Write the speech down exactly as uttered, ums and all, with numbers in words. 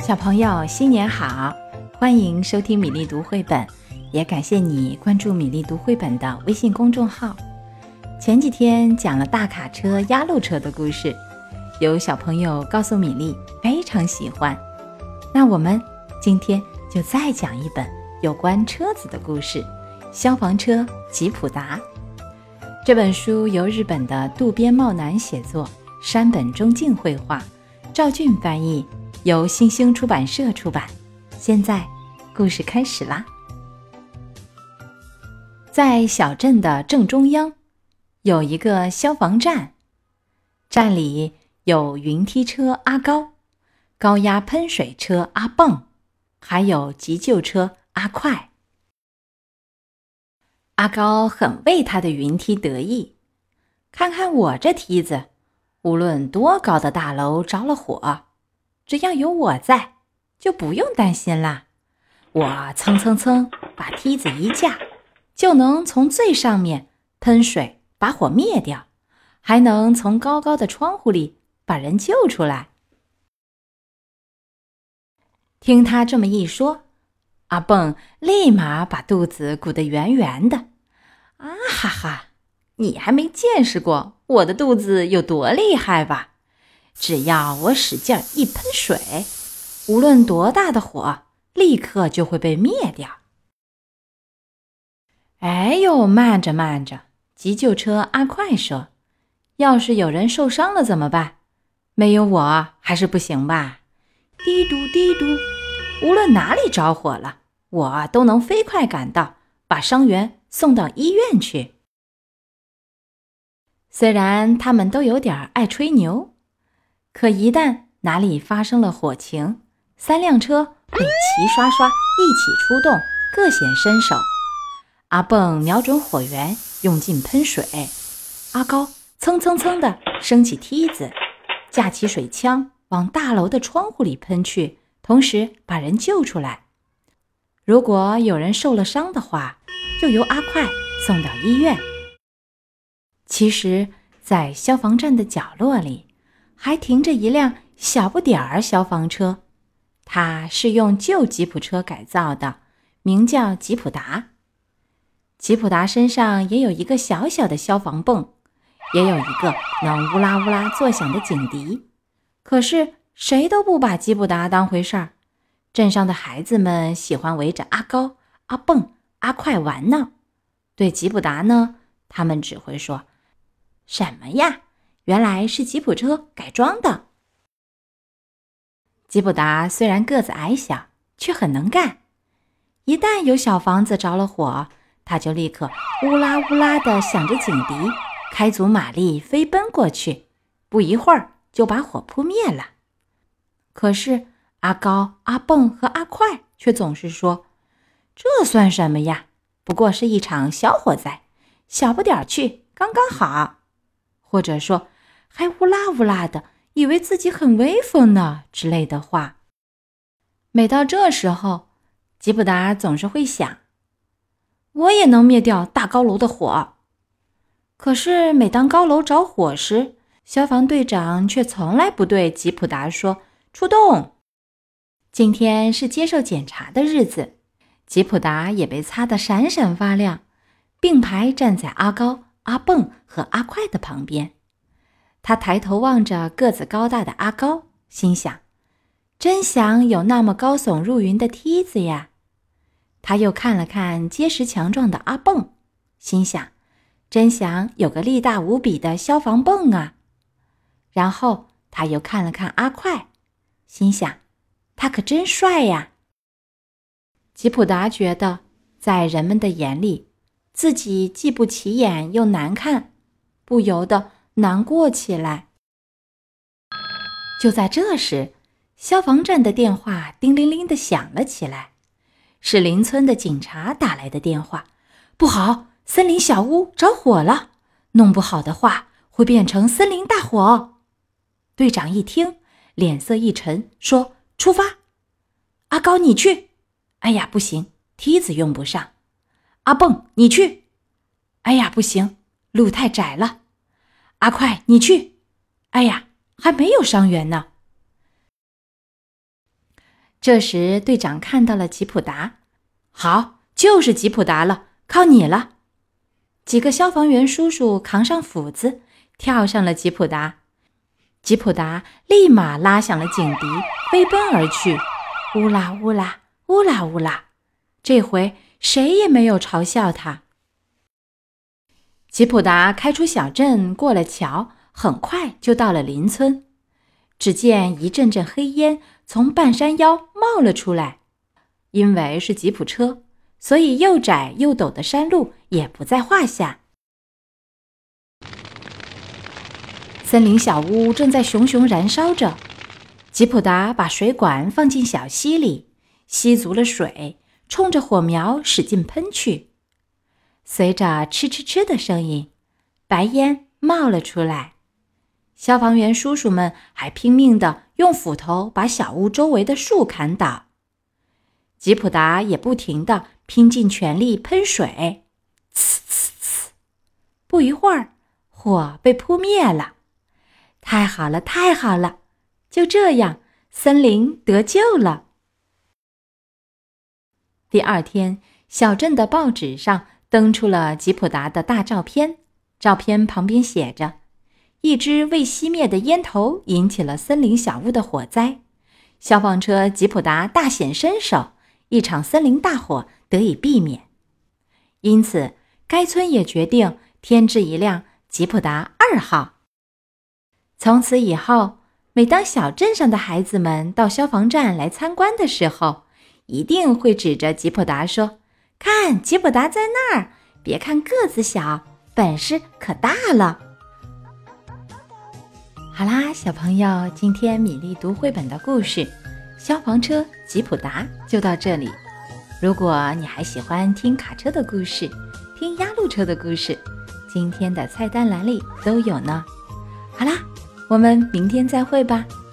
小朋友新年好，欢迎收听米粒读绘本，也感谢你关注米粒读绘本的微信公众号。前几天讲了大卡车压路车的故事，有小朋友告诉米粒非常喜欢，那我们今天就再讲一本有关车子的故事，消防车吉普达。这本书由日本的渡边茂男写作，山本忠敬绘画，赵俊翻译，由新兴出版社出版。现在故事开始啦。在小镇的正中央有一个消防站，站里有云梯车阿高、高压喷水车阿蹦，还有急救车阿快。阿高很为他的云梯得意，看看我这梯子，无论多高的大楼着了火，只要有我在，就不用担心啦。我蹭蹭蹭把梯子一架，就能从最上面喷水把火灭掉，还能从高高的窗户里把人救出来。听他这么一说，阿蹦立马把肚子鼓得圆圆的。啊哈哈，你还没见识过我的肚子有多厉害吧？只要我使劲一喷水，无论多大的火，立刻就会被灭掉。哎呦，慢着慢着，急救车阿快说，要是有人受伤了怎么办？没有我还是不行吧？滴嘟滴嘟，无论哪里着火了，我都能飞快赶到，把伤员送到医院去。虽然他们都有点爱吹牛，可一旦哪里发生了火情，三辆车会齐刷刷一起出动，各显身手。阿蹦瞄准火源，用劲喷水；阿高蹭蹭蹭地升起梯子，架起水枪往大楼的窗户里喷去，同时把人救出来。如果有人受了伤的话，就由阿快送到医院。其实，在消防站的角落里，还停着一辆小不点儿消防车，它是用旧吉普车改造的，名叫吉普达。吉普达身上也有一个小小的消防泵，也有一个能乌拉乌拉作响的警笛。可是谁都不把吉普达当回事儿。镇上的孩子们喜欢围着阿高、阿蹦、阿快玩闹。对吉普达呢，他们只会说，什么呀？原来是吉普车改装的。吉普达虽然个子矮小，却很能干。一旦有小房子着了火，他就立刻乌拉乌拉地响着警笛，开足马力飞奔过去，不一会儿就把火扑灭了。可是阿高、阿蹦和阿快却总是说，这算什么呀？不过是一场小火灾，小不点儿去，刚刚好。或者说，还乌拉乌拉的，以为自己很威风呢之类的话。每到这时候，吉普达总是会想，我也能灭掉大高楼的火。可是每当高楼着火时，消防队长却从来不对吉普达说，出动。今天是接受检查的日子，吉普达也被擦得闪闪发亮，并排站在阿高、阿蹦和阿快的旁边。他抬头望着个子高大的阿高，心想，真想有那么高耸入云的梯子呀。他又看了看结实强壮的阿蹦，心想，真想有个力大无比的消防泵啊。然后他又看了看阿快，心想，他可真帅呀。吉普达觉得，在人们的眼里，自己既不起眼又难看，不由得难过起来。就在这时，消防站的电话叮铃铃地响了起来，是邻村的警察打来的电话。不好，森林小屋着火了，弄不好的话会变成森林大火。队长一听，脸色一沉，说，出发。阿高，你去。哎呀，不行，梯子用不上。阿蹦，你去。哎呀，不行，路太窄了。阿快，你去。哎呀，还没有伤员呢。 这时队长看到了吉普达，好，就是吉普达了，靠你了。几个消防员叔叔扛上斧子，跳上了吉普达。吉普达立马拉响了警笛，飞奔而去，乌拉乌拉，乌拉乌拉。这回谁也没有嘲笑他。吉普达开出小镇，过了桥，很快就到了邻村。只见一阵阵黑烟从半山腰冒了出来，因为是吉普车，所以又窄又陡的山路也不在话下。森林小屋正在熊熊燃烧着，吉普达把水管放进小溪里，吸足了水，冲着火苗使劲喷去。随着嗤嗤嗤的声音，白烟冒了出来。消防员叔叔们还拼命地用斧头把小屋周围的树砍倒。吉普达也不停地拼尽全力喷水，呲呲呲。不一会儿，火被扑灭了。太好了，太好了！就这样，森林得救了。第二天，小镇的报纸上登出了吉普达的大照片，照片旁边写着：一支未熄灭的烟头引起了森林小屋的火灾，消防车吉普达大显身手，一场森林大火得以避免。因此，该村也决定添置一辆吉普达二号。从此以后，每当小镇上的孩子们到消防站来参观的时候，一定会指着吉普达说：看，吉普达在那儿，别看个子小，本事可大了。好啦，小朋友，今天米粒读绘本的故事《消防车吉普达》就到这里。如果你还喜欢听卡车的故事，听压路车的故事，今天的菜单栏里都有呢。好啦，我们明天再会吧。